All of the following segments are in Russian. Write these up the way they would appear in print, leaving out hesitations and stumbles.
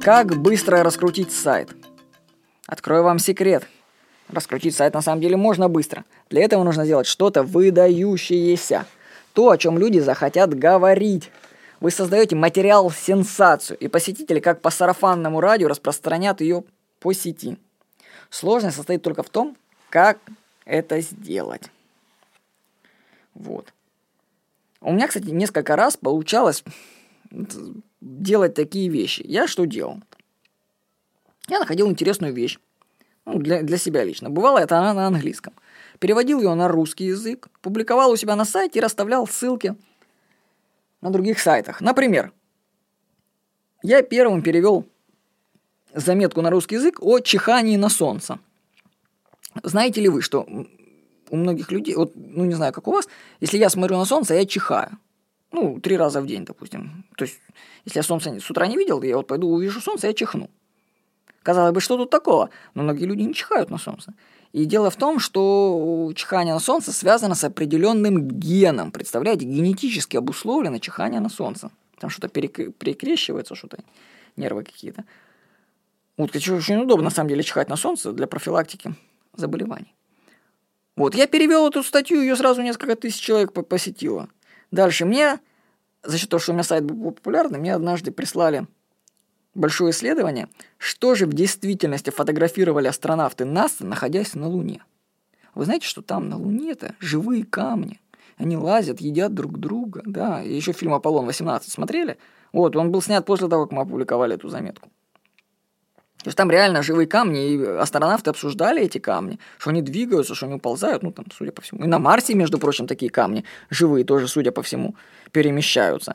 Как быстро раскрутить сайт? Открою вам секрет. Раскрутить сайт на самом деле можно быстро. Для этого нужно сделать что-то выдающееся. То, о чем люди захотят говорить. Вы создаете материал-сенсацию, и посетители, как по сарафанному радио, распространят ее по сети. Сложность состоит только в том, как это сделать. Вот. У меня, кстати, несколько раз получалось делать такие вещи. Я что делал? Я находил интересную вещь. Для себя лично. Бывало это она на английском. Переводил ее на русский язык, публиковал у себя на сайте и расставлял ссылки на других сайтах. Например, я первым перевел заметку на русский язык о чихании на солнце. Знаете ли вы, что у многих людей, не знаю, как у вас, если я смотрю на солнце, я чихаю. 3 раза в день, допустим. То есть, если я солнце с утра не видел, я пойду увижу солнце, я чихну. Казалось бы, что тут такого? Но многие люди не чихают на солнце. И дело в том, что чихание на солнце связано с определенным геном. Представляете, генетически обусловлено чихание на солнце. Там что-то перекрещивается, что-то, нервы какие-то. Очень удобно, на самом деле, чихать на солнце для профилактики заболеваний. Я перевел эту статью, ее сразу несколько тысяч человек посетило. Дальше мне, за счет того, что у меня сайт был популярный, мне однажды прислали большое исследование, что же в действительности фотографировали астронавты НАСА, находясь на Луне. Вы знаете, что там на Луне-то живые камни. Они лазят, едят друг друга. Да, и еще фильм «Аполлон-18» смотрели? Он был снят после того, как мы опубликовали эту заметку. То есть там реально живые камни, и астронавты обсуждали эти камни, что они двигаются, что они уползают, судя по всему. И на Марсе, между прочим, такие камни живые тоже, судя по всему, перемещаются.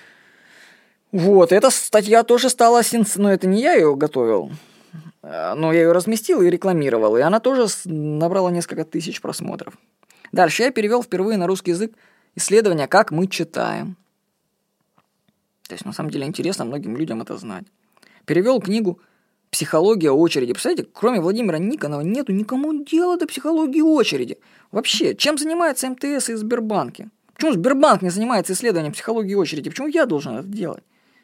Эта статья тоже стала это не я ее готовил, но я ее разместил и рекламировал, и она тоже набрала несколько тысяч просмотров. Дальше я перевел впервые на русский язык исследование «Как мы читаем». То есть, на самом деле, интересно многим людям это знать. Перевел книгу «Психология очереди». Представляете, кроме Владимира Никонова нету никому дела до психологии очереди. Вообще, чем занимаются МТС и Сбербанки? Почему Сбербанк не занимается исследованием психологии очереди? Почему я должен это делать?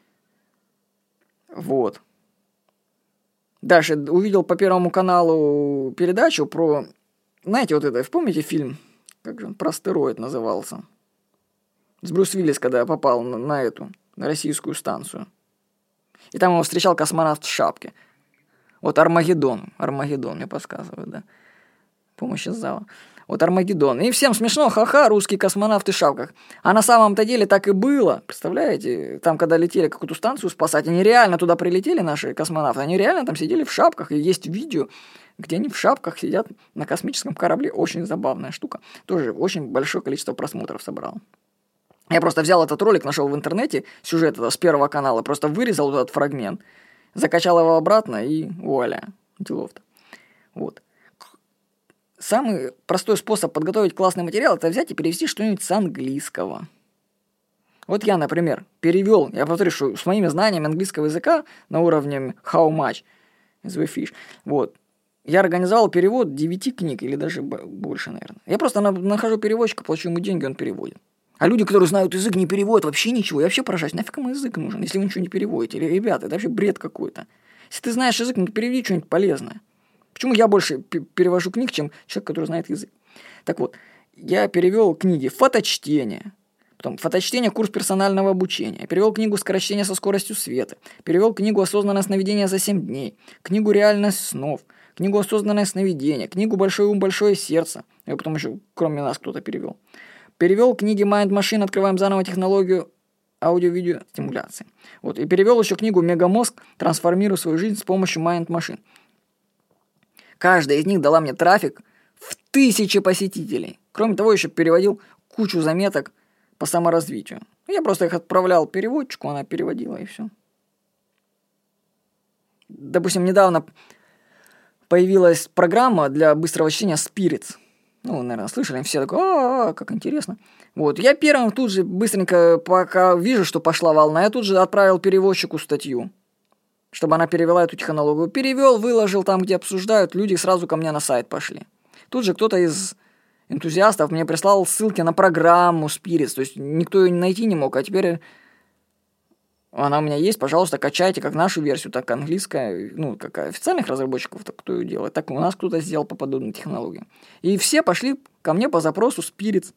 Дальше увидел по Первому каналу передачу про... Знаете, помните фильм? Как же он? Про астероид назывался. С Брюс Уиллис, когда попал на российскую станцию. И там его встречал космонавт в шапке. Армагеддон, мне подсказывают, да. Помощь из зала. Армагеддон. И всем смешно, ха-ха, русские космонавты в шапках. А на самом-то деле так и было. Представляете? Там, когда летели какую-то станцию спасать, они реально туда прилетели, наши космонавты. Они реально там сидели в шапках. И есть видео, где они в шапках сидят на космическом корабле. Очень забавная штука. Тоже очень большое количество просмотров собрал. Я просто взял этот ролик, нашел в интернете, сюжет с Первого канала, просто вырезал этот фрагмент, закачал его обратно и вуаля, делов-то. Самый простой способ подготовить классный материал – это взять и перевести что-нибудь с английского. Я, например, перевел, я повторю, что с моими знаниями английского языка на уровне how much is the fish, я организовал перевод 9 книг, или даже больше, наверное. Я просто нахожу переводчика, плачу ему деньги, он переводит. А люди, которые знают язык, не переводят вообще ничего. Я вообще поражаюсь, нафиг ему язык нужен, если вы ничего не переводите. Ребята, это вообще бред какой-то. Если ты знаешь язык, переведи что-нибудь полезное. Почему я больше перевожу книг, чем человек, который знает язык? Я перевел книги «Фоточтение», потом «Фоточтение. Курс персонального обучения», перевел книгу «Скорочтение со скоростью света», перевел книгу «Осознанное сновидение за 7 дней», книгу «Реальность снов», книгу «Осознанное сновидение», книгу «Большой ум, большое сердце». Я потом еще, кроме нас, кто-то перевел. Перевел книги Mind Machine «Открываем заново технологию аудио-видео стимуляции». И перевел еще книгу «Мегамозг. Трансформирую свою жизнь с помощью Mind Machine». Каждая из них дала мне трафик в 1000 посетителей. Кроме того, еще переводил кучу заметок по саморазвитию. Я просто их отправлял переводчику, она переводила, и все. Допустим, недавно появилась программа для быстрого чтения Spirits. Наверное, слышали, все такое, как интересно. Я первым тут же быстренько, пока вижу, что пошла волна, я тут же отправил переводчику статью, чтобы она перевела эту технологию. Перевел, выложил там, где обсуждают, люди сразу ко мне на сайт пошли. Тут же кто-то из энтузиастов мне прислал ссылки на программу Spirits, то есть никто ее найти не мог, а теперь Она у меня есть, пожалуйста, качайте как нашу версию, так и английская, ну, как официальных разработчиков, так кто ее делает, так и у нас кто-то сделал по подобной технологии. И все пошли ко мне по запросу Spirits.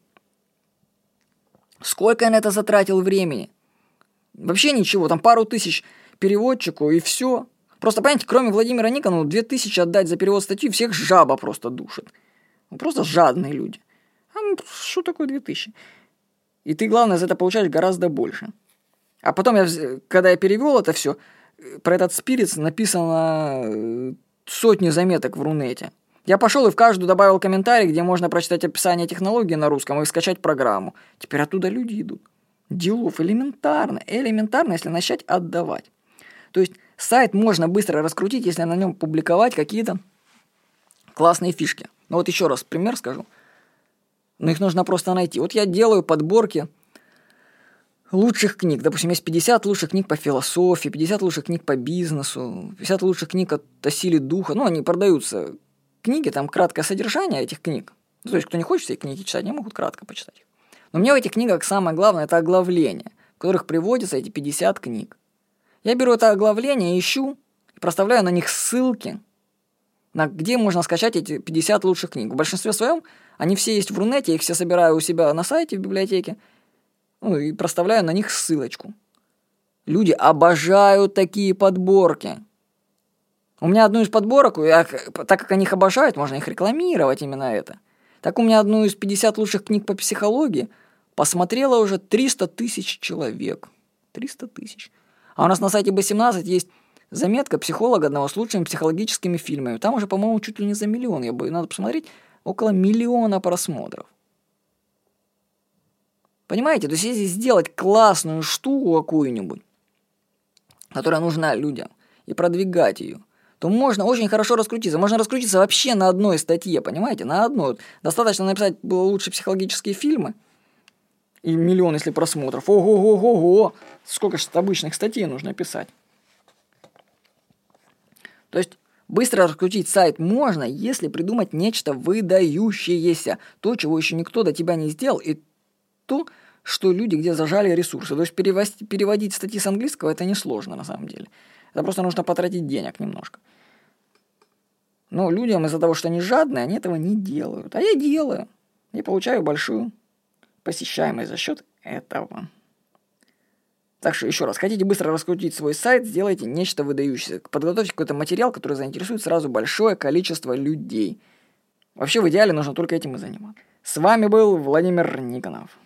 Сколько я на это затратил времени? Вообще ничего, там пару тысяч переводчику и все. Просто, понимаете, кроме Владимира Никонова, 2000 отдать за перевод статьи всех жаба просто душит. Просто жадные люди. А что такое 2000? И ты, главное, за это получаешь гораздо больше. А потом, когда я перевел это все, про этот Spirits написано сотни заметок в Рунете. Я пошел и в каждую добавил комментарий, где можно прочитать описание технологии на русском и скачать программу. Теперь оттуда люди идут. Делов элементарно, если начать отдавать. То есть сайт можно быстро раскрутить, если на нем публиковать какие-то классные фишки. Ну вот еще раз пример скажу. Но их нужно просто найти. Вот я делаю подборки лучших книг. Допустим, есть 50 лучших книг по философии, 50 лучших книг по бизнесу, 50 лучших книг о силе духа. Ну, они продаются. Книги, там краткое содержание этих книг. Ну, то есть, кто не хочет эти книги читать, они могут кратко почитать их. Но мне в этих книгах самое главное – это оглавление, в которых приводятся эти 50 книг. Я беру это оглавление, ищу и проставляю на них ссылки, на где можно скачать эти 50 лучших книг. В большинстве своем они все есть в Рунете, я их все собираю у себя на сайте в библиотеке, ну, и проставляю на них ссылочку. Люди обожают такие подборки. У меня одну из подборок, так как они их обожают, можно их рекламировать именно это. Так у меня одну из 50 лучших книг по психологии посмотрело уже 300 тысяч человек. 300 тысяч. А у нас на сайте B17 есть заметка психолога одного с лучшими психологическими фильмами. Там уже, по-моему, чуть ли не за 1 миллион. Надо посмотреть, около 1 миллиона просмотров. Понимаете? То есть, если сделать классную штуку какую-нибудь, которая нужна людям, и продвигать ее, то можно очень хорошо раскрутиться. Можно раскрутиться вообще на одной статье, понимаете? На одной. Достаточно написать было лучшие психологические фильмы, и 1 миллион, если просмотров. Ого-го-го-го! Сколько же обычных статей нужно писать? То есть, быстро раскрутить сайт можно, если придумать нечто выдающееся. То, чего еще никто до тебя не сделал, и то, что люди где зажали ресурсы. То есть, переводить статьи с английского – это несложно на самом деле. Это просто нужно потратить денег немножко. Но людям из-за того, что они жадные, они этого не делают. А я делаю. И получаю большую посещаемость за счет этого. Так что еще раз, хотите быстро раскрутить свой сайт, сделайте нечто выдающееся. Подготовьте какой-то материал, который заинтересует сразу большое количество людей. Вообще в идеале нужно только этим и заниматься. С вами был Владимир Никонов.